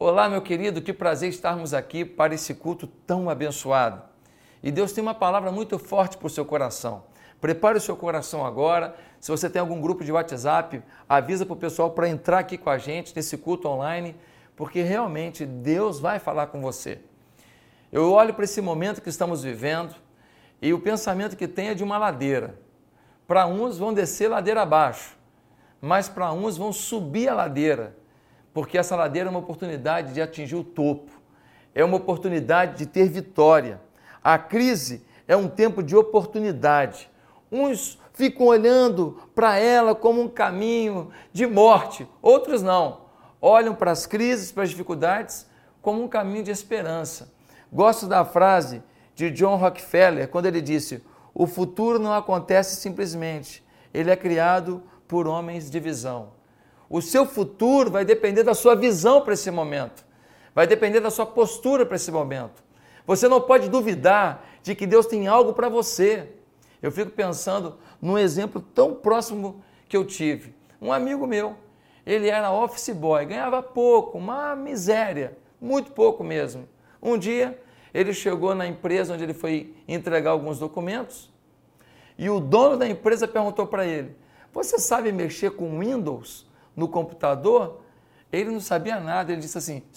Olá, meu querido, que prazer estarmos aqui para esse culto tão abençoado. E Deus tem uma palavra muito forte para o seu coração. Prepare o seu coração agora. Se você tem algum grupo de WhatsApp, avisa para o pessoal para entrar aqui com a gente nesse culto online, porque realmente Deus vai falar com você. Eu olho para esse momento que estamos vivendo e o pensamento que tem é de uma ladeira. Para uns vão descer ladeira abaixo, mas para uns vão subir a ladeira, porque essa ladeira é uma oportunidade de atingir o topo, é uma oportunidade de ter vitória. A crise é um tempo de oportunidade. Uns ficam olhando para ela como um caminho de morte, outros não. Olham para as crises, para as dificuldades, como um caminho de esperança. Gosto da frase de John Rockefeller, quando ele disse: o futuro não acontece simplesmente, ele é criado por homens de visão. O seu futuro vai depender da sua visão para esse momento, vai depender da sua postura para esse momento. Você não pode duvidar de que Deus tem algo para você. Eu fico pensando num exemplo tão próximo que eu tive. Um amigo meu, ele era office boy, ganhava pouco, uma miséria, muito pouco mesmo. Um dia, ele chegou na empresa onde ele foi entregar alguns documentos e o dono da empresa perguntou para ele: você sabe mexer com Windows no computador? Ele não sabia nada, ele disse assim: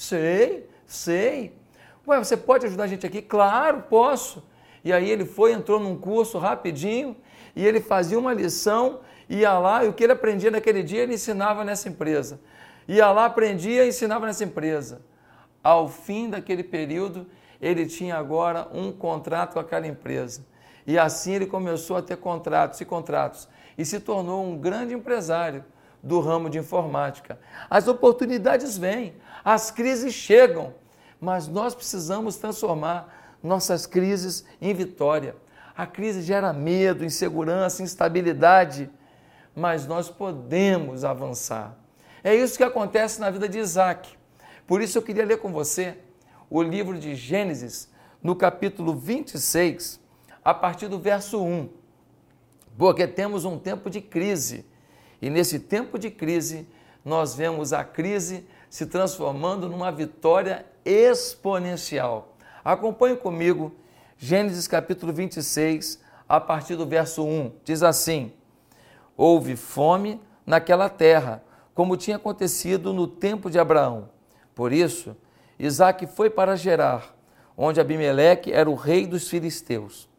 sei. Ué, você pode ajudar a gente aqui? Claro, posso. E aí ele foi, entrou num curso rapidinho e ele fazia uma lição, ia lá e o que ele aprendia naquele dia ele ensinava nessa empresa. Ia lá, aprendia e ensinava nessa empresa. Ao fim daquele período, ele tinha agora um contrato com aquela empresa. E assim ele começou a ter contratos e se tornou um grande empresário do ramo de informática. As oportunidades vêm, as crises chegam, mas nós precisamos transformar nossas crises em vitória. A crise gera medo, insegurança, instabilidade, mas nós podemos avançar. É isso que acontece na vida de Isaac. Por isso eu queria ler com você o livro de Gênesis, no capítulo 26, a partir do verso 1. Porque temos um tempo de crise, e nesse tempo de crise, nós vemos a crise se transformando numa vitória exponencial. Acompanhe comigo, Gênesis capítulo 26, a partir do verso 1. Diz assim: houve fome naquela terra, como tinha acontecido no tempo de Abraão. Por isso, Isaque foi para Gerar, onde Abimeleque era o rei dos filisteus.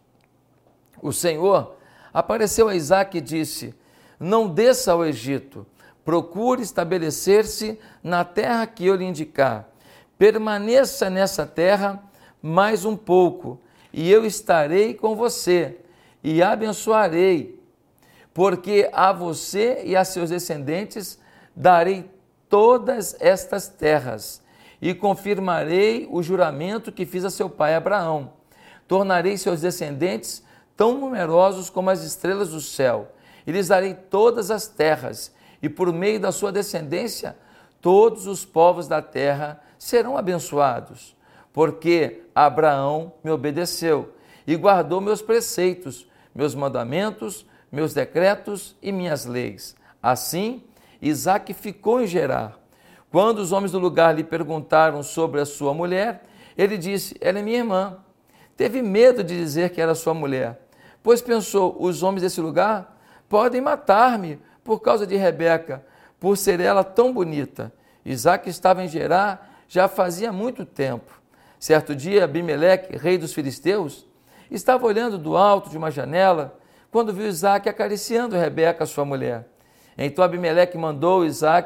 O Senhor apareceu a Isaque e disse: não desça ao Egito, procure estabelecer-se na terra que eu lhe indicar. Permaneça nessa terra mais um pouco, e eu estarei com você, e abençoarei, porque a você e a seus descendentes darei todas estas terras, e confirmarei o juramento que fiz a seu pai Abraão. Tornarei seus descendentes tão numerosos como as estrelas do céu, e lhes darei todas as terras, e por meio da sua descendência, todos os povos da terra serão abençoados. Porque Abraão me obedeceu e guardou meus preceitos, meus mandamentos, meus decretos e minhas leis. Assim, Isaque ficou em Gerar. Quando os homens do lugar lhe perguntaram sobre a sua mulher, ele disse: ela é minha irmã. Teve medo de dizer que era sua mulher, pois pensou: os homens desse lugar podem matar-me por causa de Rebeca, por ser ela tão bonita. Isaque estava em Gerar já fazia muito tempo. Certo dia, Abimeleque, rei dos filisteus, estava olhando do alto de uma janela quando viu Isaque acariciando Rebeca, sua mulher. Então Abimeleque mandou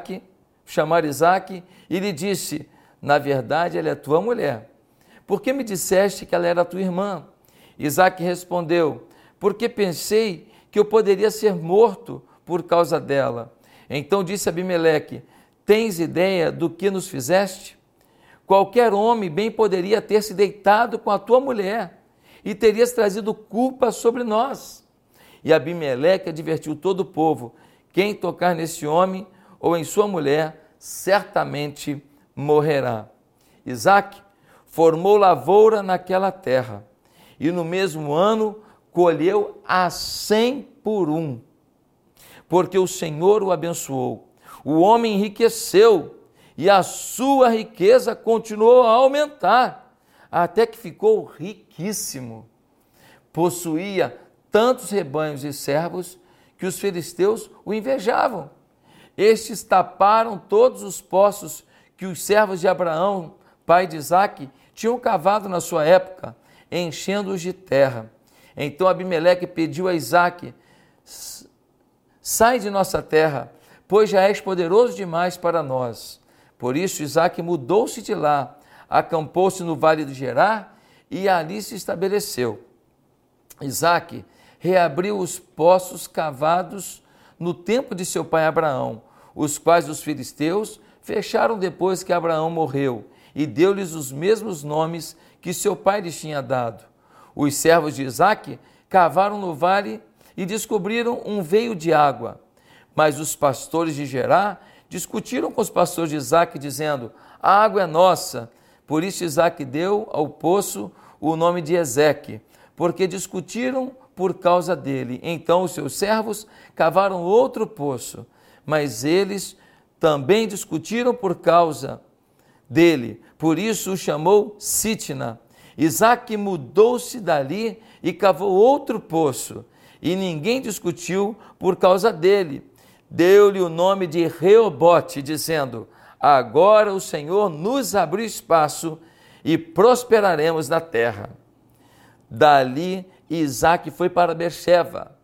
chamar Isaque e lhe disse: na verdade, ela é tua mulher. Por que me disseste que ela era tua irmã? Isaque respondeu: porque pensei que eu poderia ser morto por causa dela. Então disse Abimeleque: tens ideia do que nos fizeste? Qualquer homem bem poderia ter se deitado com a tua mulher e terias trazido culpa sobre nós. E Abimeleque advertiu todo o povo: quem tocar nesse homem ou em sua mulher, certamente morrerá. Isaque formou lavoura naquela terra e no mesmo ano colheu a 100 por um, porque o Senhor o abençoou. O homem enriqueceu e a sua riqueza continuou a aumentar, até que ficou riquíssimo. Possuía tantos rebanhos e servos que os filisteus o invejavam. Estes taparam todos os poços que os servos de Abraão, pai de Isaque, tinham cavado na sua época, enchendo-os de terra. Então Abimeleque pediu a Isaque: sai de nossa terra, pois já és poderoso demais para nós. Por isso Isaque mudou-se de lá, acampou-se no vale de Gerar e ali se estabeleceu. Isaque reabriu os poços cavados no tempo de seu pai Abraão, os quais os filisteus fecharam depois que Abraão morreu, e deu-lhes os mesmos nomes que seu pai lhes tinha dado. Os servos de Isaque cavaram no vale e descobriram um veio de água. Mas os pastores de Gerar discutiram com os pastores de Isaque, dizendo: a água é nossa. Por isso Isaque deu ao poço o nome de Ezeque, porque discutiram por causa dele. Então os seus servos cavaram outro poço, mas eles também discutiram por causa dele. Por isso o chamou Sitna. Isaque mudou-se dali e cavou outro poço, e ninguém discutiu por causa dele. Deu-lhe o nome de Reobote, dizendo: agora o Senhor nos abriu espaço e prosperaremos na terra. Dali Isaque foi para Berseba.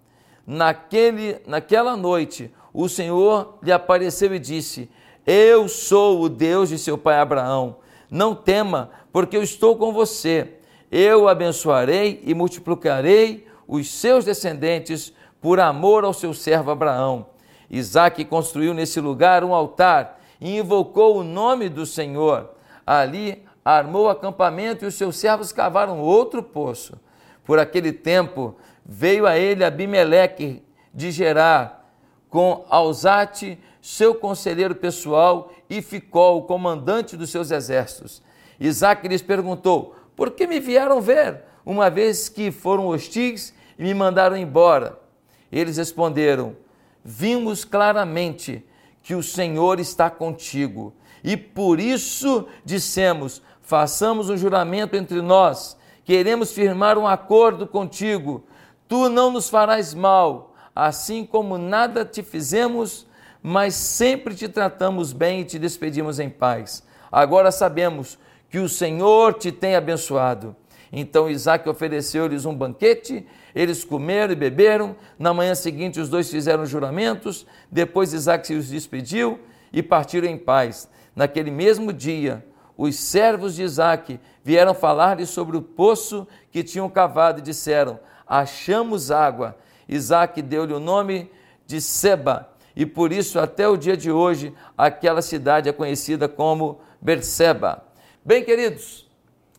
Naquela noite o Senhor lhe apareceu e disse: eu sou o Deus de seu pai Abraão. Não tema, porque eu estou com você. Eu o abençoarei e multiplicarei os seus descendentes por amor ao seu servo Abraão. Isaque construiu nesse lugar um altar e invocou o nome do Senhor. Ali armou acampamento e os seus servos cavaram outro poço. Por aquele tempo veio a ele Abimeleque de Gerar, com Alzate, seu conselheiro pessoal, e Ficol, o comandante dos seus exércitos. Isaque lhes perguntou: por que me vieram ver, uma vez que foram hostis e me mandaram embora? Eles responderam: vimos claramente que o Senhor está contigo, e por isso dissemos: façamos um juramento entre nós, queremos firmar um acordo contigo, tu não nos farás mal, assim como nada te fizemos, mas sempre te tratamos bem e te despedimos em paz. Agora sabemos que o Senhor te tem abençoado. Então Isaque ofereceu-lhes um banquete, eles comeram e beberam. Na manhã seguinte os dois fizeram juramentos, depois Isaque se os despediu e partiram em paz. Naquele mesmo dia, os servos de Isaque vieram falar-lhe sobre o poço que tinham cavado e disseram: achamos água. Isaque deu-lhe o nome de Seba, e por isso até o dia de hoje aquela cidade é conhecida como Berseba. Bem, queridos,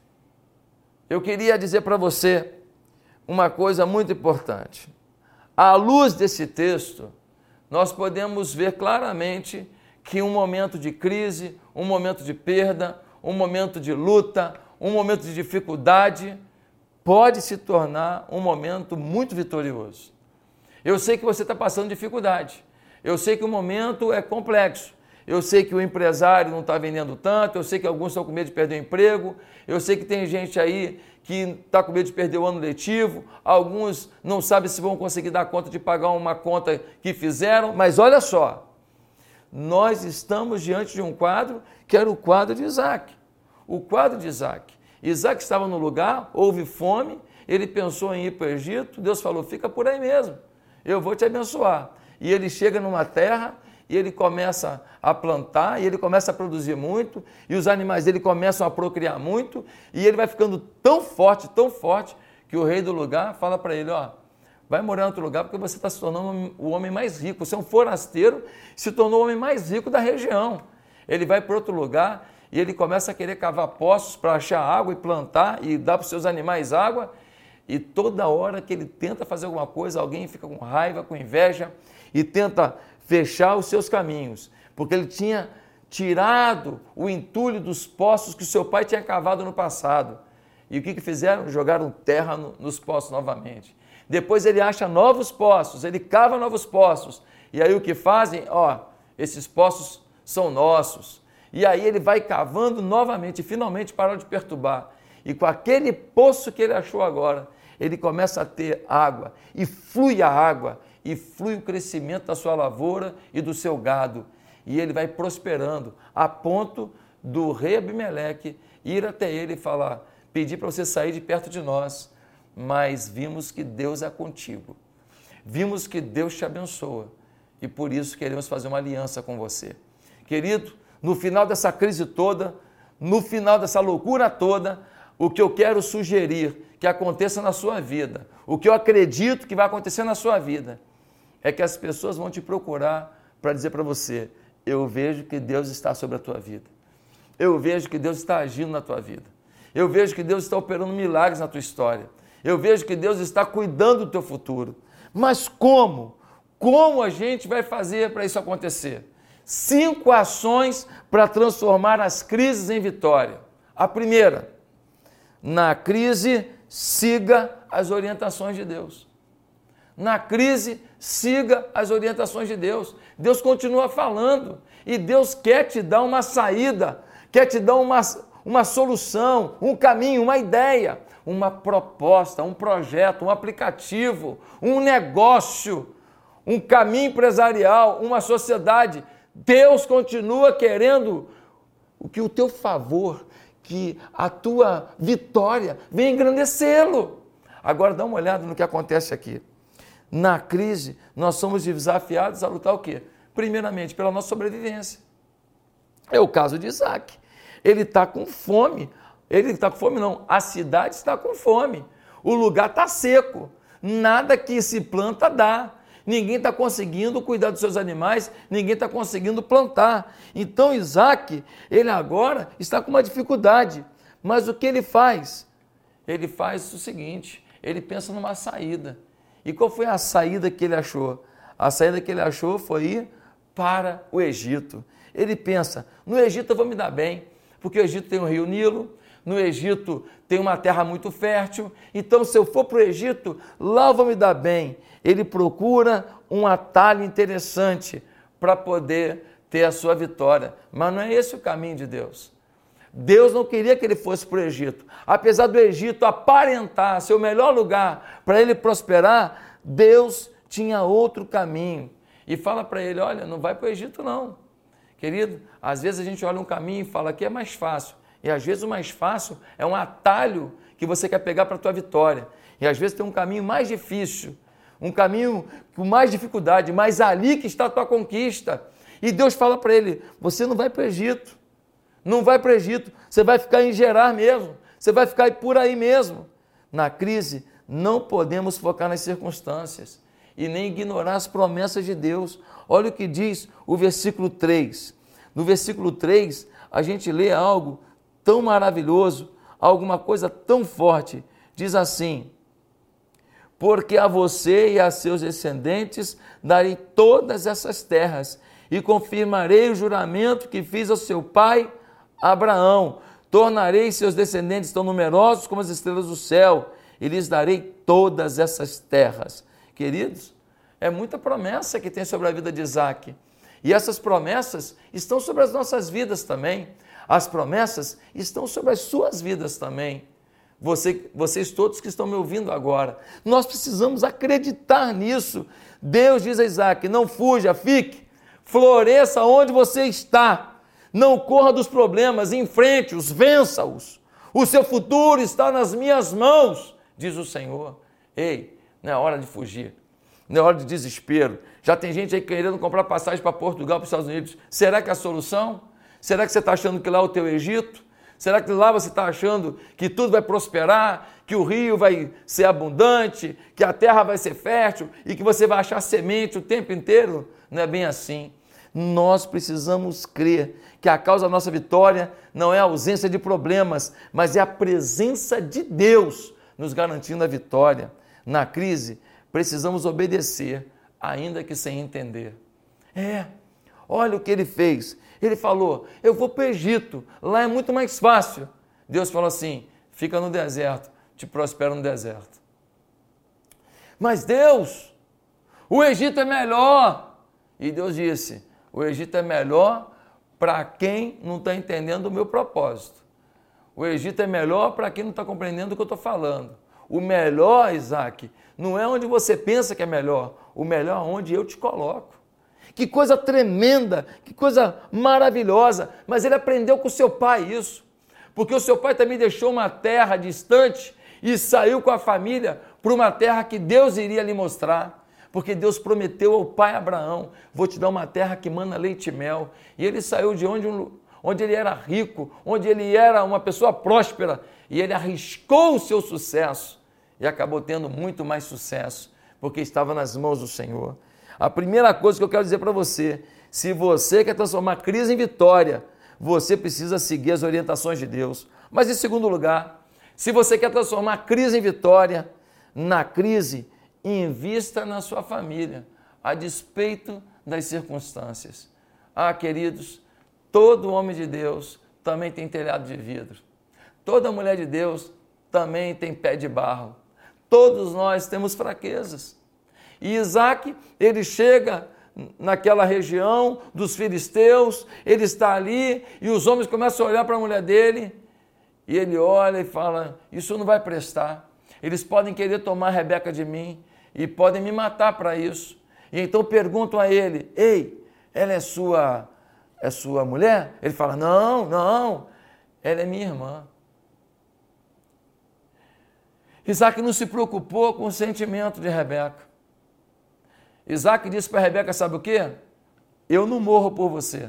eu queria dizer para você uma coisa muito importante. À luz desse texto, nós podemos ver claramente que um momento de crise, um momento de perda, um momento de luta, um momento de dificuldade, pode se tornar um momento muito vitorioso. Eu sei que você está passando dificuldade, eu sei que o momento é complexo, eu sei que o empresário não está vendendo tanto, eu sei que alguns estão com medo de perder o emprego, eu sei que tem gente aí que está com medo de perder o ano letivo, alguns não sabem se vão conseguir dar conta de pagar uma conta que fizeram, mas olha só, nós estamos diante de um quadro que era o quadro de Isaque. O quadro de Isaque. Isaque estava no lugar, houve fome, ele pensou em ir para o Egito, Deus falou: fica por aí mesmo, eu vou te abençoar. E ele chega numa terra e ele começa a plantar, e ele começa a produzir muito, e os animais dele começam a procriar muito, e ele vai ficando tão forte, que o rei do lugar fala para ele: ó, vai morar em outro lugar porque você está se tornando o homem mais rico. Você é um forasteiro, se tornou o homem mais rico da região. Ele vai para outro lugar e ele começa a querer cavar poços para achar água e plantar e dar para os seus animais água. E toda hora que ele tenta fazer alguma coisa, alguém fica com raiva, com inveja e tenta fechar os seus caminhos, porque ele tinha tirado o entulho dos poços que o seu pai tinha cavado no passado. E o que fizeram? Jogaram terra nos poços novamente. Depois ele acha novos poços, ele cava novos poços. E aí o que fazem? Ó, esses poços são nossos. E aí ele vai cavando novamente e finalmente parou de perturbar. E com aquele poço que ele achou agora, ele começa a ter água, e flui a água, e flui o crescimento da sua lavoura e do seu gado. E ele vai prosperando, a ponto do rei Abimeleque ir até ele e falar, pedir para você sair de perto de nós, mas vimos que Deus é contigo, vimos que Deus te abençoa, e por isso queremos fazer uma aliança com você. Querido, no final dessa crise toda, no final dessa loucura toda, o que eu quero sugerir que aconteça na sua vida, o que eu acredito que vai acontecer na sua vida, é que as pessoas vão te procurar para dizer para você, eu vejo que Deus está sobre a tua vida, eu vejo que Deus está agindo na tua vida, eu vejo que Deus está operando milagres na tua história, eu vejo que Deus está cuidando do teu futuro. Mas como? Como a gente vai fazer para isso acontecer? 5 ações para transformar as crises em vitória. A primeira, na crise, siga as orientações de Deus. Na crise, siga as orientações de Deus. Deus continua falando e Deus quer te dar uma saída, quer te dar uma solução, um caminho, uma ideia, uma proposta, um projeto, um aplicativo, um negócio, um caminho empresarial, uma sociedade. Deus continua querendo que o teu favor, que a tua vitória venha engrandecê-lo. Agora dá uma olhada no que acontece aqui. Na crise, nós somos desafiados a lutar o quê? Primeiramente, pela nossa sobrevivência. É o caso de Isaac. Ele está com fome. Ele está com fome não, a cidade está com fome. O lugar está seco. Nada que se planta dá. Ninguém está conseguindo cuidar dos seus animais, ninguém está conseguindo plantar. Então Isaac, ele agora está com uma dificuldade. Mas o que ele faz? Ele faz o seguinte, ele pensa numa saída. E qual foi a saída que ele achou? A saída que ele achou foi ir para o Egito. Ele pensa, no Egito eu vou me dar bem, porque o Egito tem o rio Nilo, no Egito tem uma terra muito fértil, então se eu for para o Egito, lá eu vou me dar bem. Ele procura um atalho interessante para poder ter a sua vitória, mas não é esse o caminho de Deus. Deus não queria que ele fosse para o Egito. Apesar do Egito aparentar ser o melhor lugar para ele prosperar, Deus tinha outro caminho. E fala para ele, olha, não vai para o Egito não. Querido, às vezes a gente olha um caminho e fala que é mais fácil. E às vezes o mais fácil é um atalho que você quer pegar para a tua vitória. E às vezes tem um caminho mais difícil, um caminho com mais dificuldade, mas ali que está a tua conquista. E Deus fala para ele, você não vai para o Egito, não vai para o Egito, você vai ficar em Gerar mesmo, você vai ficar por aí mesmo. Na crise, não podemos focar nas circunstâncias e nem ignorar as promessas de Deus. Olha o que diz o versículo 3. No versículo 3, a gente lê algo tão maravilhoso, alguma coisa tão forte. Diz assim, porque a você e a seus descendentes darei todas essas terras e confirmarei o juramento que fiz ao seu pai Abraão. Tornarei seus descendentes tão numerosos como as estrelas do céu e lhes darei todas essas terras. Queridos, é muita promessa que tem sobre a vida de Isaac. E essas promessas estão sobre as nossas vidas também. As promessas estão sobre as suas vidas também. Vocês todos que estão me ouvindo agora. Nós precisamos acreditar nisso. Deus diz a Isaac, não fuja, fique, floresça onde você está. Não corra dos problemas, enfrente-os, vença-os. O seu futuro está nas minhas mãos, diz o Senhor. Ei, não é hora de fugir, não é hora de desespero. Já tem gente aí querendo comprar passagem para Portugal, para os Estados Unidos. Será que é a solução? Será que você está achando que lá é o teu Egito? Será que lá você está achando que tudo vai prosperar, que o rio vai ser abundante, que a terra vai ser fértil e que você vai achar semente o tempo inteiro? Não é bem assim. Nós precisamos crer que a causa da nossa vitória não é a ausência de problemas, mas é a presença de Deus nos garantindo a vitória. Na crise, precisamos obedecer, ainda que sem entender. Olha o que ele fez. Ele falou, eu vou para o Egito, lá é muito mais fácil. Deus falou assim, fica no deserto, te prospera no deserto. Mas Deus, o Egito é melhor. E Deus disse, o Egito é melhor para quem não está entendendo o meu propósito. O Egito é melhor para quem não está compreendendo o que eu estou falando. O melhor, Isaac, não é onde você pensa que é melhor. O melhor é onde eu te coloco. Que coisa tremenda, que coisa maravilhosa. Mas ele aprendeu com o seu pai isso. Porque o seu pai também deixou uma terra distante e saiu com a família para uma terra que Deus iria lhe mostrar. Porque Deus prometeu ao pai Abraão, vou te dar uma terra que mana leite e mel. E ele saiu de onde ele era rico, onde ele era uma pessoa próspera, e ele arriscou o seu sucesso e acabou tendo muito mais sucesso, porque estava nas mãos do Senhor. A primeira coisa que eu quero dizer para você, se você quer transformar crise em vitória, você precisa seguir as orientações de Deus. Mas em segundo lugar, se você quer transformar crise em vitória, na crise, invista na sua família, a despeito das circunstâncias. Ah, queridos, todo homem de Deus também tem telhado de vidro. Toda mulher de Deus também tem pé de barro. Todos nós temos fraquezas. E Isaac, ele chega naquela região dos filisteus, ele está ali e os homens começam a olhar para a mulher dele e ele olha e fala, isso não vai prestar. Eles podem querer tomar a Rebeca de mim e podem me matar para isso. E então perguntam a ele, ei, ela é sua mulher? Ele fala, não, ela é minha irmã. Isaac não se preocupou com o sentimento de Rebeca. Isaac disse para Rebeca, sabe o quê? Eu não morro por você.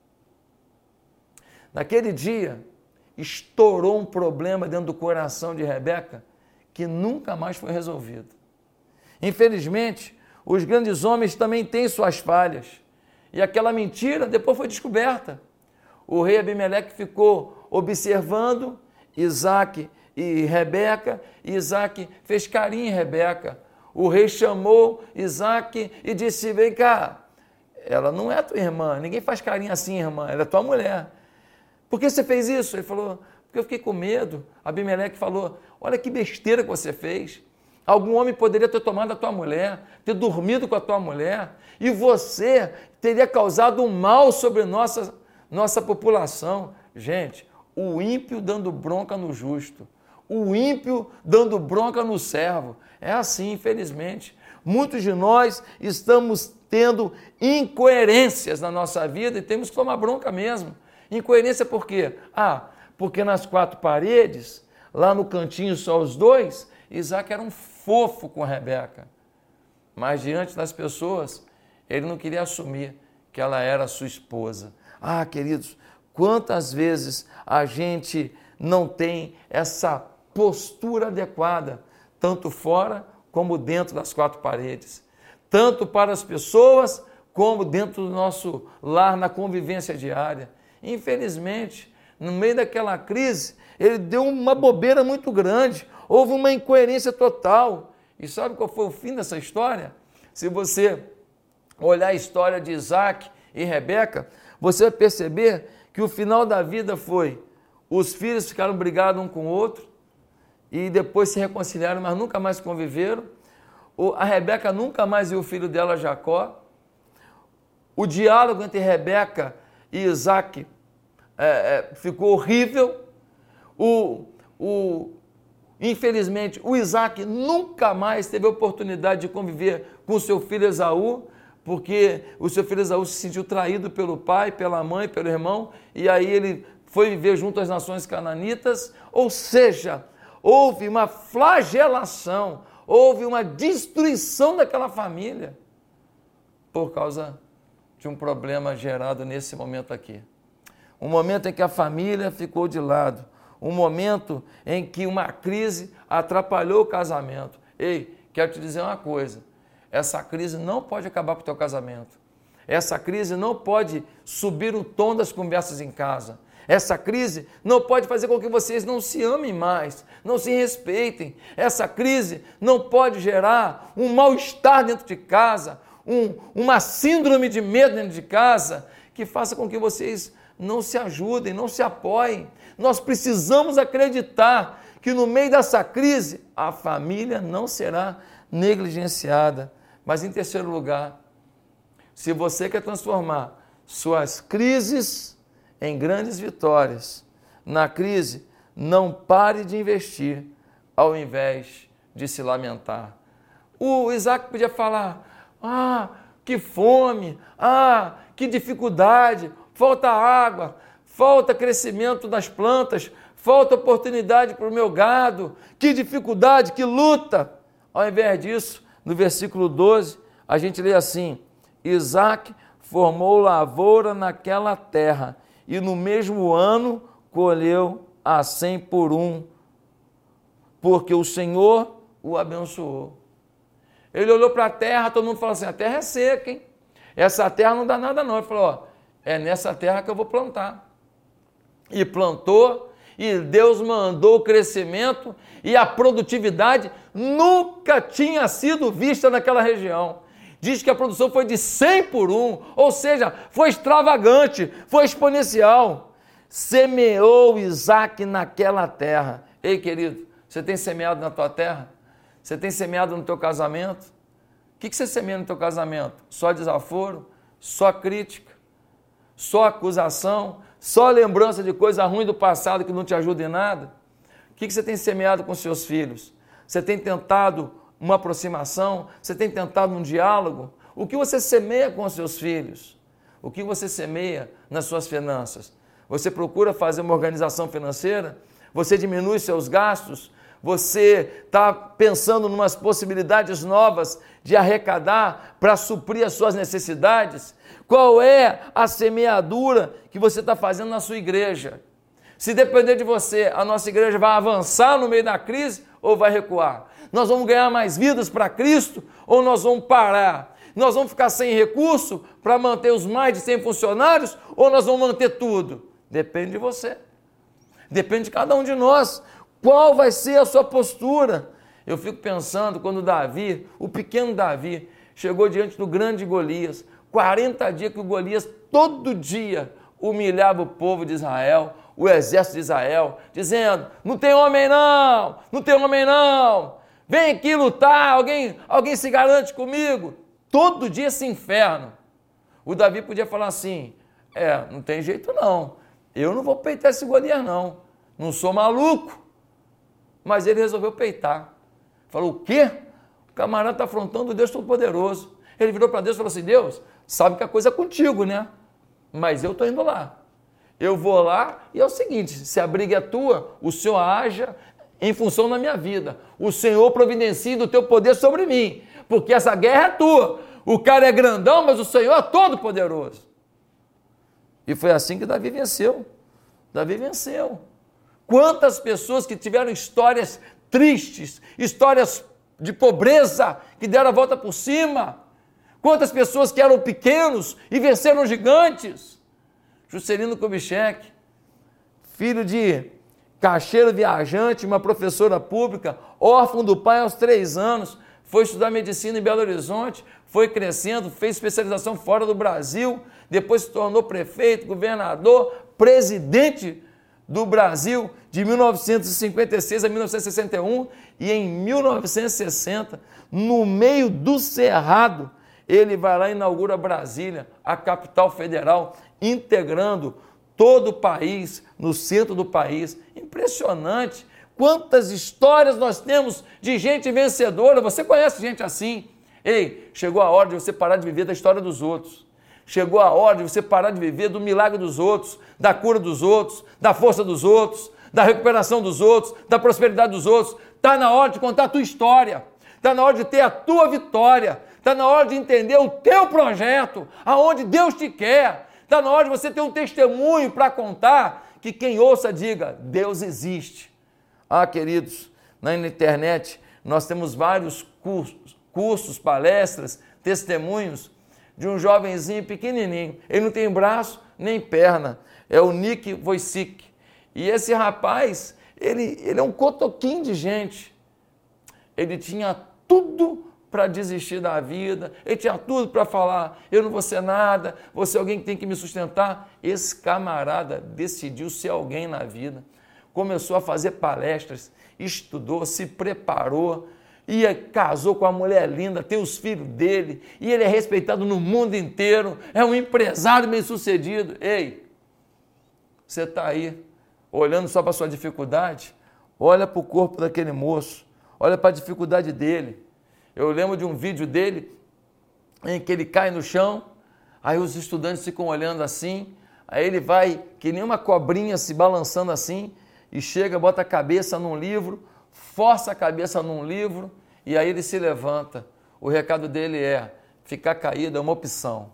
Naquele dia, estourou um problema dentro do coração de Rebeca que nunca mais foi resolvido. Infelizmente, os grandes homens também têm suas falhas. E aquela mentira depois foi descoberta. O rei Abimeleque ficou observando Isaac e Rebeca, e Isaac fez carinho em Rebeca. O rei chamou Isaac e disse, vem cá, ela não é tua irmã, ninguém faz carinho assim, irmã, ela é tua mulher. Por que você fez isso? Ele falou, porque eu fiquei com medo. Abimeleque falou, olha que besteira que você fez. Algum homem poderia ter tomado a tua mulher, ter dormido com a tua mulher, e você teria causado um mal sobre nossa população. Gente, o ímpio dando bronca no justo, o ímpio dando bronca no servo. É assim, infelizmente. Muitos de nós estamos tendo incoerências na nossa vida e temos que tomar bronca mesmo. Incoerência por quê? Porque nas quatro paredes, lá no cantinho só os dois, Isaac era um fofo com Rebeca. Mas diante das pessoas, ele não queria assumir que ela era sua esposa. Queridos, quantas vezes a gente não tem essa postura adequada, tanto fora como dentro das quatro paredes, tanto para as pessoas como dentro do nosso lar, na convivência diária. Infelizmente, no meio daquela crise, ele deu uma bobeira muito grande, houve uma incoerência total. E sabe qual foi o fim dessa história? Se você olhar a história de Isaac e Rebeca, você vai perceber que o final da vida foi, os filhos ficaram brigados um com o outro, e depois se reconciliaram, mas nunca mais conviveram. A Rebeca nunca mais viu o filho dela, Jacó. O diálogo entre Rebeca e Isaac ficou horrível. Infelizmente, o Isaac nunca mais teve a oportunidade de conviver com o seu filho Esaú, porque o seu filho Esaú se sentiu traído pelo pai, pela mãe, pelo irmão, e aí ele foi viver junto às nações cananitas. Ou seja, houve uma flagelação, houve uma destruição daquela família por causa de um problema gerado nesse momento aqui. Um momento em que a família ficou de lado, um momento em que uma crise atrapalhou o casamento. Ei, quero te dizer uma coisa, essa crise não pode acabar com o teu casamento. Essa crise não pode subir o tom das conversas em casa. Essa crise não pode fazer com que vocês não se amem mais, não se respeitem. Essa crise não pode gerar um mal-estar dentro de casa, uma síndrome de medo dentro de casa, que faça com que vocês não se ajudem, não se apoiem. Nós precisamos acreditar que no meio dessa crise a família não será negligenciada. Mas em terceiro lugar, se você quer transformar suas crises em grandes vitórias. Na crise, não pare de investir, ao invés de se lamentar. O Isaac podia falar, que fome, que dificuldade, falta água, falta crescimento das plantas, falta oportunidade para o meu gado, que dificuldade, que luta. Ao invés disso, no versículo 12, a gente lê assim, Isaac formou lavoura naquela terra e no mesmo ano colheu a 100 por 1, porque o Senhor o abençoou. Ele olhou para a terra, todo mundo falou assim, a terra é seca, hein? Essa terra não dá nada não. Ele falou, é nessa terra que eu vou plantar. E plantou, e Deus mandou o crescimento, e a produtividade nunca tinha sido vista naquela região. Diz que a produção foi de 100 por 1, ou seja, foi extravagante, foi exponencial. Semeou Isaac naquela terra. Ei, querido, você tem semeado na tua terra? Você tem semeado no teu casamento? O que você semeia no teu casamento? Só desaforo? Só crítica? Só acusação? Só lembrança de coisa ruim do passado que não te ajuda em nada? O que você tem semeado com seus filhos? Você tem tentado uma aproximação? Você tem tentado um diálogo? O que você semeia com os seus filhos? O que você semeia nas suas finanças? Você procura fazer uma organização financeira? Você diminui seus gastos? Você está pensando em umas possibilidades novas de arrecadar para suprir as suas necessidades? Qual é a semeadura que você está fazendo na sua igreja? Se depender de você, a nossa igreja vai avançar no meio da crise ou vai recuar? Nós vamos ganhar mais vidas para Cristo ou nós vamos parar? Nós vamos ficar sem recurso para manter os mais de 100 funcionários ou nós vamos manter tudo? Depende de você. Depende de cada um de nós. Qual vai ser a sua postura? Eu fico pensando quando Davi, o pequeno Davi, chegou diante do grande Golias, 40 dias que o Golias todo dia humilhava o povo de Israel, o exército de Israel, dizendo, não tem homem não, não tem homem não, vem aqui lutar, alguém se garante comigo. Todo dia esse inferno. O Davi podia falar assim, não tem jeito não, eu não vou peitar esse Golias não sou maluco. Mas ele resolveu peitar. Falou, o quê? O camarada está afrontando o Deus Todo-Poderoso. Ele virou para Deus e falou assim, Deus, sabe que a coisa é contigo, né? Mas eu estou indo lá. Eu vou lá e é o seguinte, se a briga é tua, o Senhor haja em função da minha vida. O Senhor providencie do teu poder sobre mim, porque essa guerra é tua. O cara é grandão, mas o Senhor é todo-poderoso. E foi assim que Davi venceu. Davi venceu. Quantas pessoas que tiveram histórias tristes, histórias de pobreza, que deram a volta por cima. Quantas pessoas que eram pequenos e venceram gigantes. Juscelino Kubitschek, filho de caixeiro viajante, uma professora pública, órfão do pai aos 3 anos, foi estudar medicina em Belo Horizonte, foi crescendo, fez especialização fora do Brasil, depois se tornou prefeito, governador, presidente do Brasil de 1956 a 1961 e em 1960, no meio do Cerrado, ele vai lá e inaugura Brasília, a capital federal, integrando todo o país, no centro do país. Impressionante! Quantas histórias nós temos de gente vencedora, você conhece gente assim? Ei, chegou a hora de você parar de viver da história dos outros. Chegou a hora de você parar de viver do milagre dos outros, da cura dos outros, da força dos outros, da recuperação dos outros, da prosperidade dos outros. Está na hora de contar a tua história. Está na hora de ter a tua vitória. Está na hora de entender o teu projeto, aonde Deus te quer. Está na hora de você ter um testemunho para contar, que quem ouça diga, Deus existe. Queridos, na internet nós temos vários cursos, palestras, testemunhos, de um jovenzinho pequenininho, ele não tem braço nem perna, é o Nick Wojcik, e esse rapaz, ele é um cotoquinho de gente, ele tinha tudo para desistir da vida, ele tinha tudo para falar, eu não vou ser nada, vou ser alguém que tem que me sustentar. Esse camarada decidiu ser alguém na vida, começou a fazer palestras, estudou, se preparou, e casou com uma mulher linda, tem os filhos dele, e ele é respeitado no mundo inteiro, é um empresário bem-sucedido. Ei, Você está aí, olhando só para a sua dificuldade? Olha para o corpo daquele moço, olha para a dificuldade dele. Eu lembro de um vídeo dele em que ele cai no chão, aí os estudantes ficam olhando assim, aí ele vai que nem uma cobrinha se balançando assim, e chega, bota a cabeça num livro, força a cabeça num livro, e aí ele se levanta. O recado dele é: ficar caído é uma opção.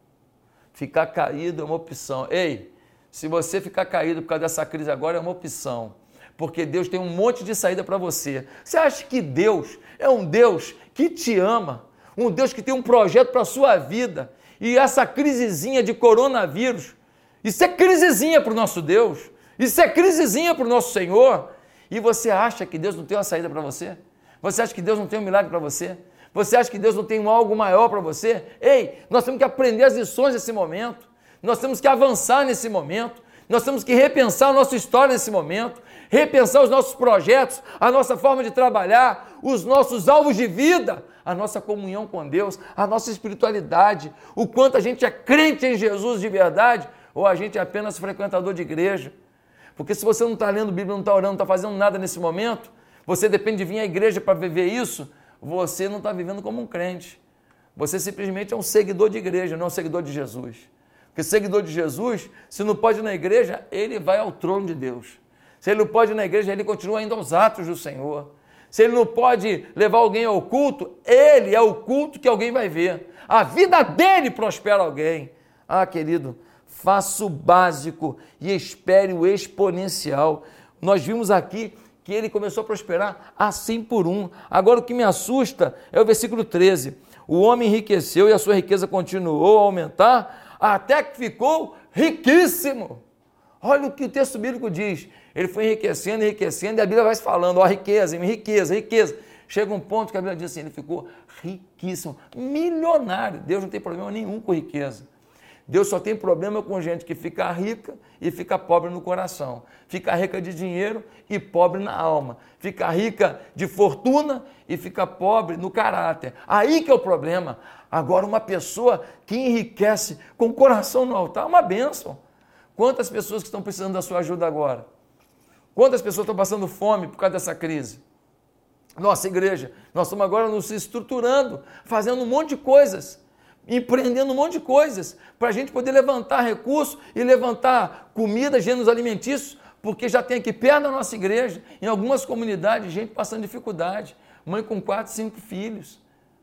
Ficar caído é uma opção. Ei, se você ficar caído por causa dessa crise agora, é uma opção. Porque Deus tem um monte de saída para você. Você acha que Deus é um Deus que te ama? Um Deus que tem um projeto para a sua vida? E essa crisezinha de coronavírus, isso é crisezinha para o nosso Deus. Isso é crisezinha para o nosso Senhor. E você acha que Deus não tem uma saída para você? Você acha que Deus não tem um milagre para você? Você acha que Deus não tem algo maior para você? Ei, nós temos que aprender as lições desse momento. Nós temos que avançar nesse momento. Nós temos que repensar a nossa história nesse momento. Repensar os nossos projetos, a nossa forma de trabalhar, os nossos alvos de vida, a nossa comunhão com Deus, a nossa espiritualidade, o quanto a gente é crente em Jesus de verdade ou a gente é apenas frequentador de igreja. Porque se você não está lendo Bíblia, não está orando, não está fazendo nada nesse momento, você depende de vir à igreja para viver isso, você não está vivendo como um crente. Você simplesmente é um seguidor de igreja, não é um seguidor de Jesus. Porque seguidor de Jesus, se não pode ir na igreja, ele vai ao trono de Deus. Se ele não pode ir na igreja, ele continua indo aos atos do Senhor. Se ele não pode levar alguém ao culto, ele é o culto que alguém vai ver. A vida dele prospera alguém. Ah, querido, faça o básico e espere o exponencial. Nós vimos aqui que ele começou a prosperar a 100 por 1. Agora o que me assusta é o versículo 13. O homem enriqueceu e a sua riqueza continuou a aumentar até que ficou riquíssimo. Olha o que o texto bíblico diz. Ele foi enriquecendo, enriquecendo, e a Bíblia vai se falando, ó, riqueza, riqueza, riqueza. Chega um ponto que a Bíblia diz assim, ele ficou riquíssimo, milionário. Deus não tem problema nenhum com riqueza. Deus só tem problema com gente que fica rica e fica pobre no coração. Fica rica de dinheiro e pobre na alma. Fica rica de fortuna e fica pobre no caráter. Aí que é o problema. Agora, uma pessoa que enriquece com o coração no altar é uma bênção. Quantas pessoas que estão precisando da sua ajuda agora? Quantas pessoas estão passando fome por causa dessa crise? Nossa igreja, nós estamos agora nos estruturando, fazendo um monte de coisas, empreendendo um monte de coisas, para a gente poder levantar recursos e levantar comida, gêneros alimentícios, porque já tem aqui perto da nossa igreja, em algumas comunidades, gente passando dificuldade, mãe com 4, 5 filhos.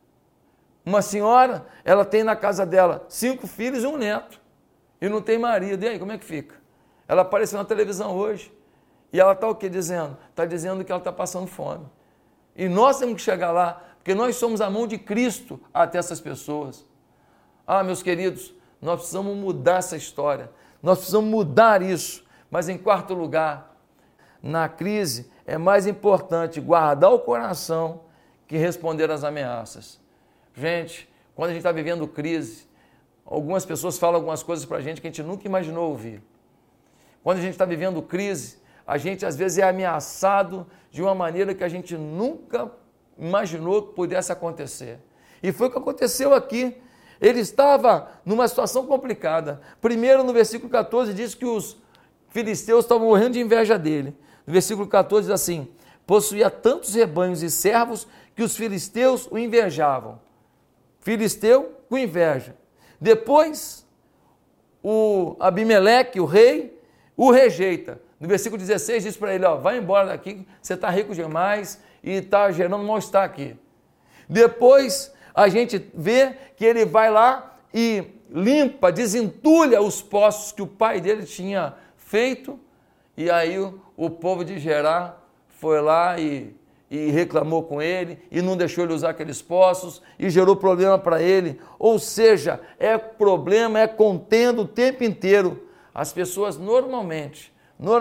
Uma senhora, ela tem na casa dela 5 filhos e 1 neto, e não tem marido. E aí, como é que fica? Ela apareceu na televisão hoje, e ela está o que dizendo? Está dizendo que ela está passando fome. E nós temos que chegar lá, porque nós somos a mão de Cristo até essas pessoas. Ah, meus queridos, nós precisamos mudar essa história, nós precisamos mudar isso. Mas em quarto lugar, na crise é mais importante guardar o coração que responder às ameaças. Gente, quando a gente está vivendo crise, algumas pessoas falam algumas coisas para a gente que a gente nunca imaginou ouvir. Quando a gente está vivendo crise, a gente às vezes é ameaçado de uma maneira que a gente nunca imaginou que pudesse acontecer. E foi o que aconteceu aqui. Ele estava numa situação complicada. Primeiro, no versículo 14, diz que os filisteus estavam morrendo de inveja dele. No versículo 14 diz assim, possuía tantos rebanhos e servos que os filisteus o invejavam. Filisteu com inveja. Depois, o Abimeleque, o rei, o rejeita. No versículo 16 diz para ele, ó, vai embora daqui, você está rico demais e está gerando mal-estar aqui. Depois a gente vê que ele vai lá e limpa, desentulha os poços que o pai dele tinha feito, e aí o povo de Gerar foi lá e reclamou com ele, e não deixou ele usar aqueles poços, e gerou problema para ele. Ou seja, é problema, é contenda o tempo inteiro. As pessoas normalmente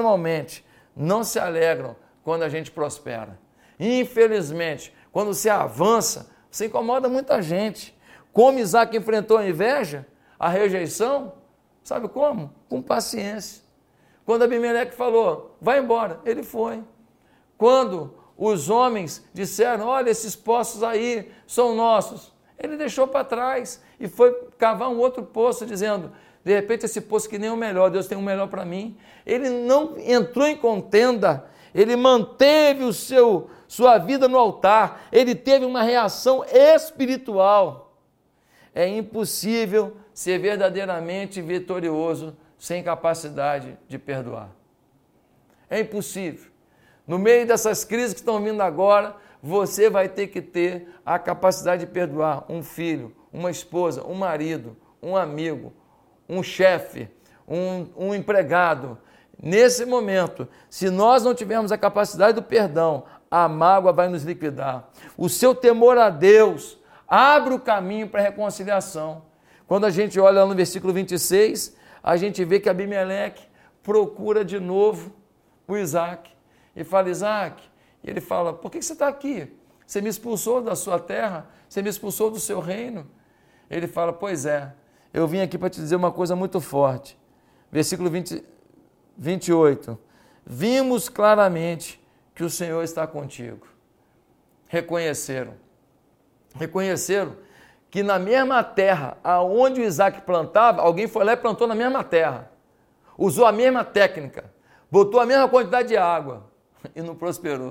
não se alegram quando a gente prospera. Infelizmente, quando você avança, você incomoda muita gente. Como Isaac enfrentou a inveja, a rejeição, sabe como? Com paciência. Quando Abimeleque falou, vai embora, ele foi. Quando os homens disseram, olha, esses poços aí são nossos, ele deixou para trás e foi cavar um outro poço, dizendo, De repente esse poço que nem é o melhor, Deus tem um melhor para mim. Ele não entrou em contenda, ele manteve sua vida no altar, ele teve uma reação espiritual. É impossível ser verdadeiramente vitorioso sem capacidade de perdoar. É impossível. No meio dessas crises que estão vindo agora, você vai ter que ter a capacidade de perdoar um filho, uma esposa, um marido, um amigo, um chefe, um empregado. Nesse momento, se nós não tivermos a capacidade do perdão, a mágoa vai nos liquidar. O seu temor a Deus abre o caminho para a reconciliação. Quando a gente olha no versículo 26, a gente vê que Abimeleque procura de novo o Isaac e fala: Isaac, e ele fala: por que você está aqui? Você me expulsou da sua terra, você me expulsou do seu reino. Ele fala: pois é, eu vim aqui para te dizer uma coisa muito forte. Versículo 28. Vimos claramente que o Senhor está contigo. Reconheceram que na mesma terra aonde o Isaac plantava, alguém foi lá e plantou na mesma terra. Usou a mesma técnica, botou a mesma quantidade de água e não prosperou.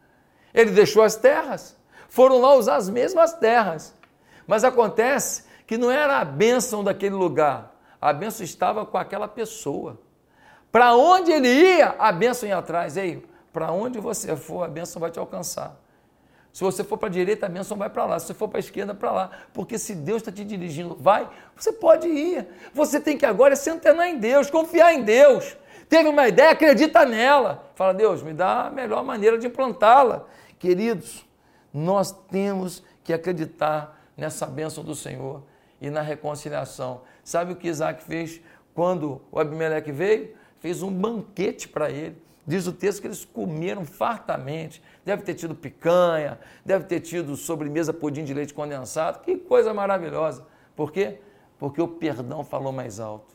Ele deixou as terras, foram lá usar as mesmas terras. Mas acontece que não era a bênção daquele lugar, a bênção estava com aquela pessoa. Para onde ele ia, a bênção ia atrás. Ei, para onde você for, a bênção vai te alcançar. Se você for para a direita, a bênção vai para lá. Se você for para a esquerda, para lá. Porque se Deus está te dirigindo, vai, você pode ir. Você tem que agora se antenar em Deus, confiar em Deus. Teve uma ideia, acredita nela. Fala: Deus, me dá a melhor maneira de implantá-la. Queridos, nós temos que acreditar nessa bênção do Senhor e na reconciliação. Sabe o que Isaac fez quando o Abimeleque veio? Fez um banquete para ele. Diz o texto que eles comeram fartamente. Deve ter tido picanha, deve ter tido sobremesa, pudim de leite condensado. Que coisa maravilhosa. Por quê? Porque o perdão falou mais alto.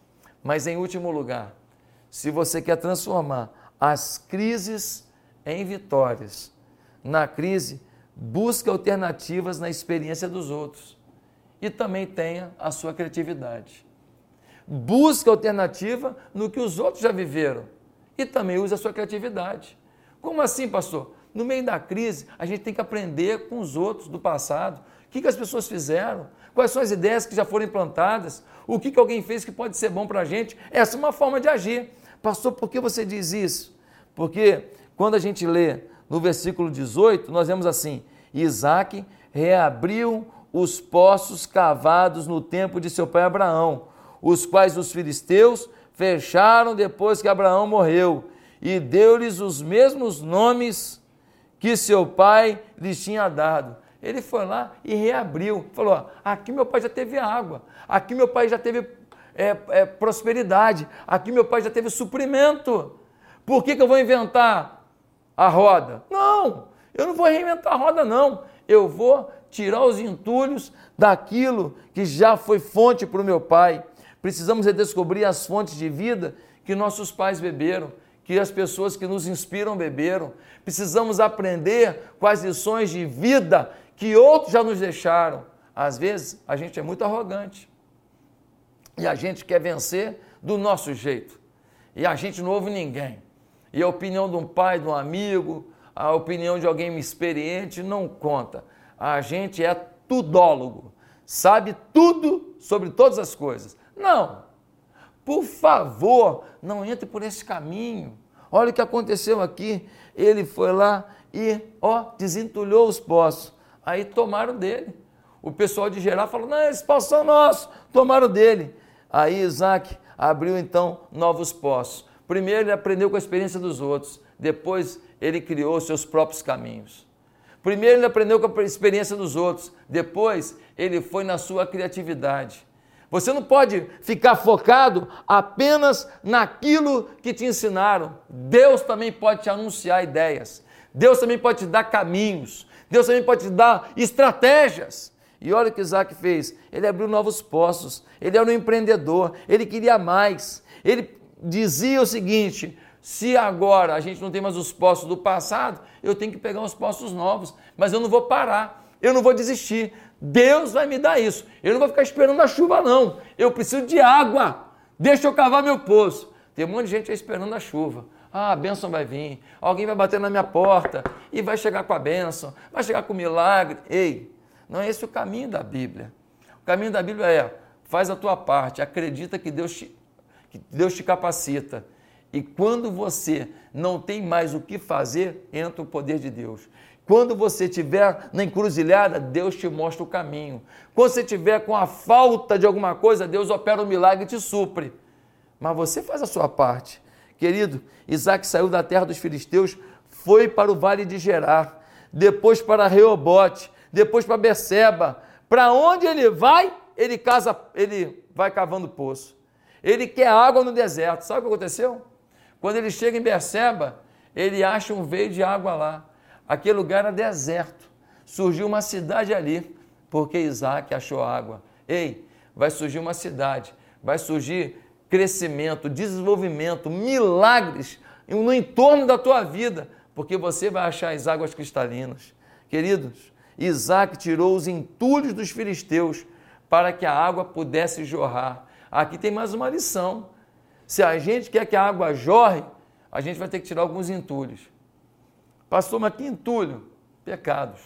Mas em último lugar, se você quer transformar as crises em vitórias, na crise, busque alternativas na experiência dos outros. E também tenha a sua criatividade. Busque alternativa no que os outros já viveram. E também use a sua criatividade. Como assim, pastor? No meio da crise, a gente tem que aprender com os outros do passado. O que as pessoas fizeram? Quais são as ideias que já foram implantadas? O que alguém fez que pode ser bom para a gente? Essa é uma forma de agir. Pastor, por que você diz isso? Porque quando a gente lê no versículo 18, nós vemos assim: Isaac reabriu os poços cavados no tempo de seu pai Abraão, os quais os filisteus fecharam depois que Abraão morreu, e deu-lhes os mesmos nomes que seu pai lhes tinha dado. Ele foi lá e reabriu, falou: ó, aqui meu pai já teve água, aqui meu pai já teve prosperidade, aqui meu pai já teve suprimento. Por que eu vou inventar a roda? Não, eu não vou reinventar a roda não, eu vou tirar os entulhos daquilo que já foi fonte para o meu pai. Precisamos redescobrir as fontes de vida que nossos pais beberam, que as pessoas que nos inspiram beberam. Precisamos aprender com as lições de vida que outros já nos deixaram. Às vezes, a gente é muito arrogante e a gente quer vencer do nosso jeito. E a gente não ouve ninguém. E a opinião de um pai, de um amigo, a opinião de alguém experiente não conta. A gente é tudólogo, sabe tudo sobre todas as coisas. Não, por favor, não entre por esse caminho. Olha o que aconteceu aqui. Ele foi lá e desentulhou os poços. Aí tomaram dele. O pessoal de Gerar falou: não, esses poços são nossos. Tomaram dele. Aí Isaac abriu então novos poços. Primeiro ele aprendeu com a experiência dos outros. Depois ele criou seus próprios caminhos. Primeiro ele aprendeu com a experiência dos outros. Depois ele foi na sua criatividade. Você não pode ficar focado apenas naquilo que te ensinaram. Deus também pode te anunciar ideias. Deus também pode te dar caminhos. Deus também pode te dar estratégias. E olha o que Isaac fez. Ele abriu novos poços. Ele era um empreendedor. Ele queria mais. Ele dizia o seguinte: se agora a gente não tem mais os poços do passado, eu tenho que pegar os poços novos. Mas eu não vou parar. Eu não vou desistir. Deus vai me dar isso. Eu não vou ficar esperando a chuva, não. Eu preciso de água. Deixa eu cavar meu poço. Tem um monte de gente aí esperando a chuva. Ah, a bênção vai vir. Alguém vai bater na minha porta e vai chegar com a bênção. Vai chegar com o milagre. Ei, não é esse o caminho da Bíblia. O caminho da Bíblia é, faz a tua parte, acredita que Deus te capacita. E quando você não tem mais o que fazer, entra o poder de Deus. Quando você estiver na encruzilhada, Deus te mostra o caminho. Quando você estiver com a falta de alguma coisa, Deus opera um milagre e te supre. Mas você faz a sua parte. Querido, Isaac saiu da terra dos filisteus, foi para o vale de Gerar, depois para Reobote, depois para Berseba. Para onde ele vai, ele vai cavando poço. Ele quer água no deserto. Sabe o que aconteceu? Quando ele chega em Berseba, ele acha um veio de água lá. Aquele lugar era deserto. Surgiu uma cidade ali, porque Isaac achou água. Ei, vai surgir uma cidade, vai surgir crescimento, desenvolvimento, milagres no entorno da tua vida, porque você vai achar as águas cristalinas. Queridos, Isaac tirou os entulhos dos filisteus para que a água pudesse jorrar. Aqui tem mais uma lição. Se a gente quer que a água jorre, a gente vai ter que tirar alguns entulhos. Pastor, mas que entulho? Pecados.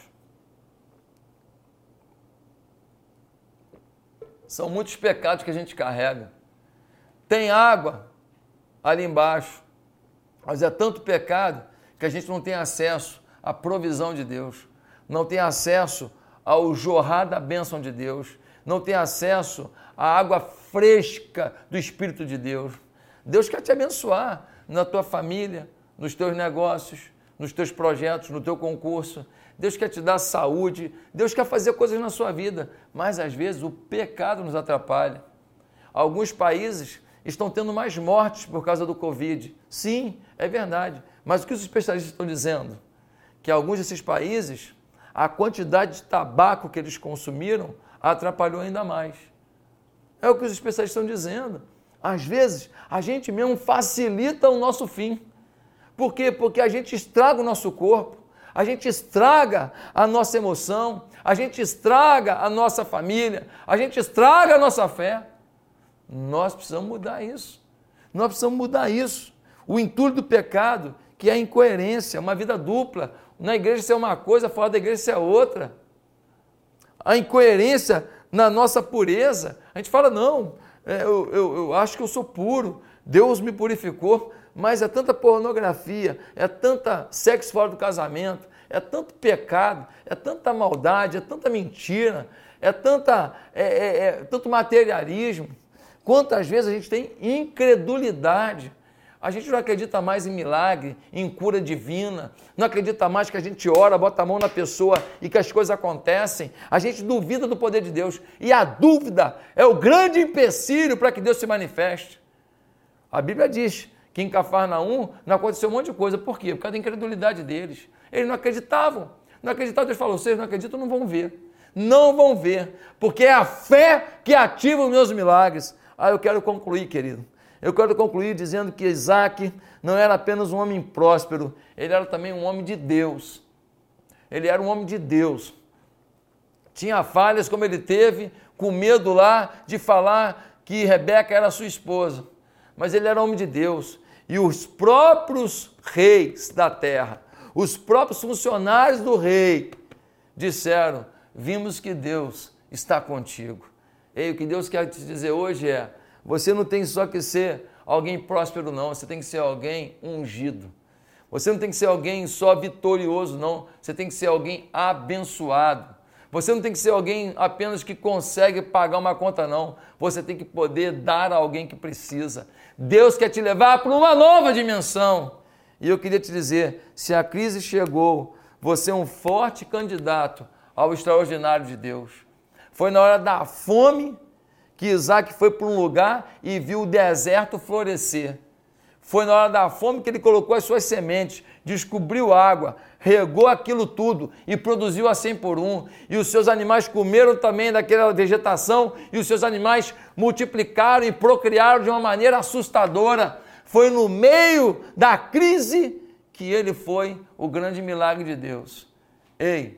São muitos pecados que a gente carrega. Tem água ali embaixo, mas é tanto pecado que a gente não tem acesso à provisão de Deus, não tem acesso ao jorrar da bênção de Deus, não tem acesso à água fresca do Espírito de Deus. Deus quer te abençoar na tua família, nos teus negócios, nos teus projetos, no teu concurso. Deus quer te dar saúde, Deus quer fazer coisas na sua vida, mas às vezes o pecado nos atrapalha. Alguns países estão tendo mais mortes por causa do Covid. Sim, é verdade. Mas o que os especialistas estão dizendo? Que alguns desses países, a quantidade de tabaco que eles consumiram atrapalhou ainda mais. É o que os especialistas estão dizendo. Às vezes, a gente mesmo facilita o nosso fim. Por quê? Porque a gente estraga o nosso corpo, a gente estraga a nossa emoção, a gente estraga a nossa família, a gente estraga a nossa fé. Nós precisamos mudar isso. Nós precisamos mudar isso. O entulho do pecado, que é a incoerência, uma vida dupla. Na igreja isso é uma coisa, fora da igreja isso é outra. A incoerência na nossa pureza. A gente fala, não, eu acho que eu sou puro, Deus me purificou, mas é tanta pornografia, é tanta sexo fora do casamento, é tanto pecado, é tanta maldade, é tanta mentira, é tanto materialismo. Quantas vezes a gente tem incredulidade, a gente não acredita mais em milagre, em cura divina, não acredita mais que a gente ora, bota a mão na pessoa e que as coisas acontecem, a gente duvida do poder de Deus, e a dúvida é o grande empecilho para que Deus se manifeste. A Bíblia diz que em Cafarnaum não aconteceu um monte de coisa, por quê? Por causa da incredulidade deles, eles não acreditavam, Deus falou, vocês não acreditam, não vão ver, porque é a fé que ativa os meus milagres. Eu quero concluir, querido. Eu quero concluir dizendo que Isaac não era apenas um homem próspero, ele era também um homem de Deus. Ele era um homem de Deus. Tinha falhas como ele teve, com medo lá de falar que Rebeca era sua esposa. Mas ele era homem de Deus. E os próprios reis da terra, os próprios funcionários do rei, disseram, vimos que Deus está contigo. E o que Deus quer te dizer hoje é, você não tem só que ser alguém próspero, não. Você tem que ser alguém ungido. Você não tem que ser alguém só vitorioso, não. Você tem que ser alguém abençoado. Você não tem que ser alguém apenas que consegue pagar uma conta, não. Você tem que poder dar a alguém que precisa. Deus quer te levar para uma nova dimensão. E eu queria te dizer, se a crise chegou, você é um forte candidato ao extraordinário de Deus. Foi na hora da fome que Isaac foi para um lugar e viu o deserto florescer. Foi na hora da fome que ele colocou as suas sementes, descobriu água, regou aquilo tudo e produziu a 100 por 1. E os seus animais comeram também daquela vegetação e os seus animais multiplicaram e procriaram de uma maneira assustadora. Foi no meio da crise que ele foi o grande milagre de Deus. Ei,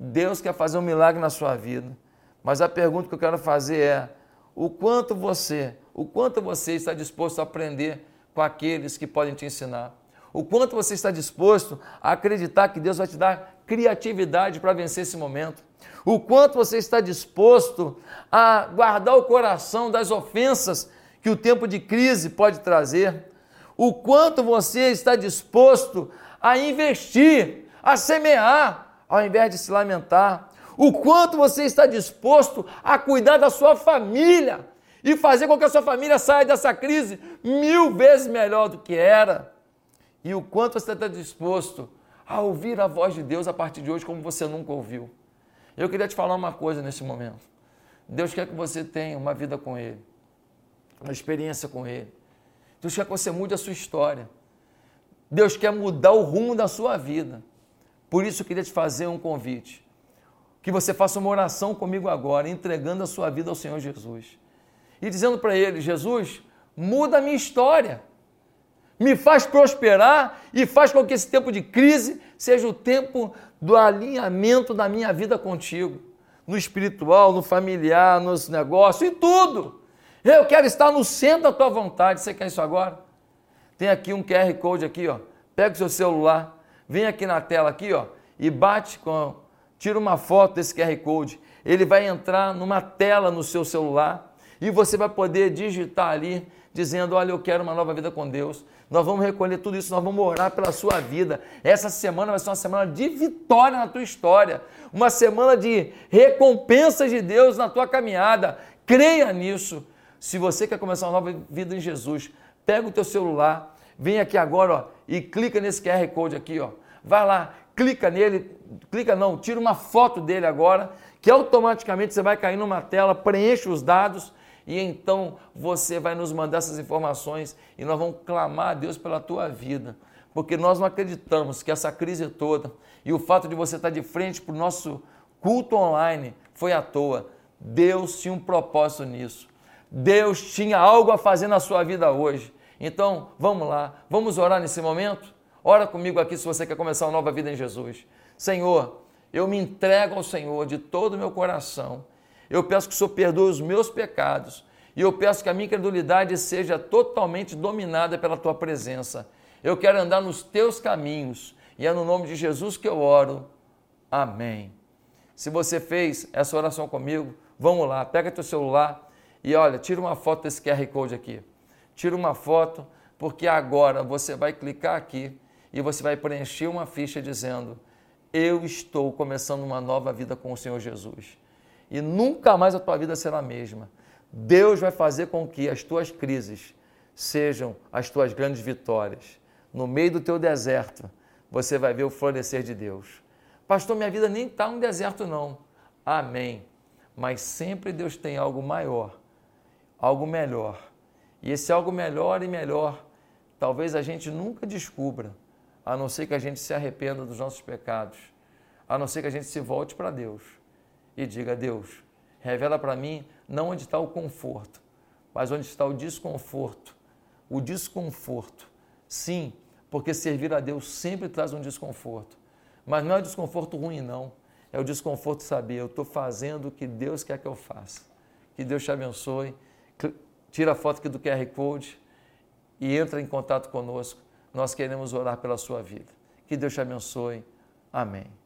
Deus quer fazer um milagre na sua vida. Mas a pergunta que eu quero fazer é, o quanto você está disposto a aprender com aqueles que podem te ensinar? O quanto você está disposto a acreditar que Deus vai te dar criatividade para vencer esse momento? O quanto você está disposto a guardar o coração das ofensas que o tempo de crise pode trazer? O quanto você está disposto a investir, a semear, ao invés de se lamentar? O quanto você está disposto a cuidar da sua família e fazer com que a sua família saia dessa crise 1000 vezes melhor do que era? E o quanto você está disposto a ouvir a voz de Deus a partir de hoje como você nunca ouviu? Eu queria te falar uma coisa nesse momento. Deus quer que você tenha uma vida com Ele, uma experiência com Ele. Deus quer que você mude a sua história. Deus quer mudar o rumo da sua vida. Por isso eu queria te fazer um convite. Que você faça uma oração comigo agora, entregando a sua vida ao Senhor Jesus. E dizendo para Ele, Jesus, muda a minha história. Me faz prosperar e faz com que esse tempo de crise seja o tempo do alinhamento da minha vida contigo. No espiritual, no familiar, nos negócios, em tudo. Eu quero estar no centro da tua vontade. Você quer isso agora? Tem aqui um QR Code aqui, ó. Pega o seu celular, vem aqui na tela aqui, ó, e tira uma foto desse QR Code. Ele vai entrar numa tela no seu celular e você vai poder digitar ali, dizendo, olha, eu quero uma nova vida com Deus. Nós vamos recolher tudo isso, nós vamos orar pela sua vida. Essa semana vai ser uma semana de vitória na tua história, uma semana de recompensas de Deus na tua caminhada. Creia nisso. Se você quer começar uma nova vida em Jesus, pega o teu celular, vem aqui agora, ó, e clica nesse QR Code aqui, ó. Vai lá, clica nele, tira uma foto dele agora, que automaticamente você vai cair numa tela, preenche os dados e então você vai nos mandar essas informações e nós vamos clamar a Deus pela tua vida, porque nós não acreditamos que essa crise toda e o fato de você estar de frente para o nosso culto online foi à toa. Deus tinha um propósito nisso. Deus tinha algo a fazer na sua vida hoje. Então, vamos lá, vamos orar nesse momento? Ora comigo aqui se você quer começar uma nova vida em Jesus. Senhor, eu me entrego ao Senhor de todo o meu coração. Eu peço que o Senhor perdoe os meus pecados e eu peço que a minha incredulidade seja totalmente dominada pela Tua presença. Eu quero andar nos Teus caminhos e é no nome de Jesus que eu oro. Amém. Se você fez essa oração comigo, vamos lá, pega teu celular e olha, tira uma foto desse QR Code aqui. Tira uma foto, porque agora você vai clicar aqui e você vai preencher uma ficha dizendo, eu estou começando uma nova vida com o Senhor Jesus. E nunca mais a tua vida será a mesma. Deus vai fazer com que as tuas crises sejam as tuas grandes vitórias. No meio do teu deserto, você vai ver o florescer de Deus. Pastor, minha vida nem está um deserto não. Amém. Mas sempre Deus tem algo maior, algo melhor. E esse algo melhor e melhor, talvez a gente nunca descubra, a não ser que a gente se arrependa dos nossos pecados, a não ser que a gente se volte para Deus e diga, Deus, revela para mim não onde está o conforto, mas onde está o desconforto. O desconforto, sim, porque servir a Deus sempre traz um desconforto, mas não é o desconforto ruim não, é o desconforto de saber, eu estou fazendo o que Deus quer que eu faça. Que Deus te abençoe. Tira a foto aqui do QR Code e entra em contato conosco. Nós queremos orar pela sua vida. Que Deus te abençoe. Amém.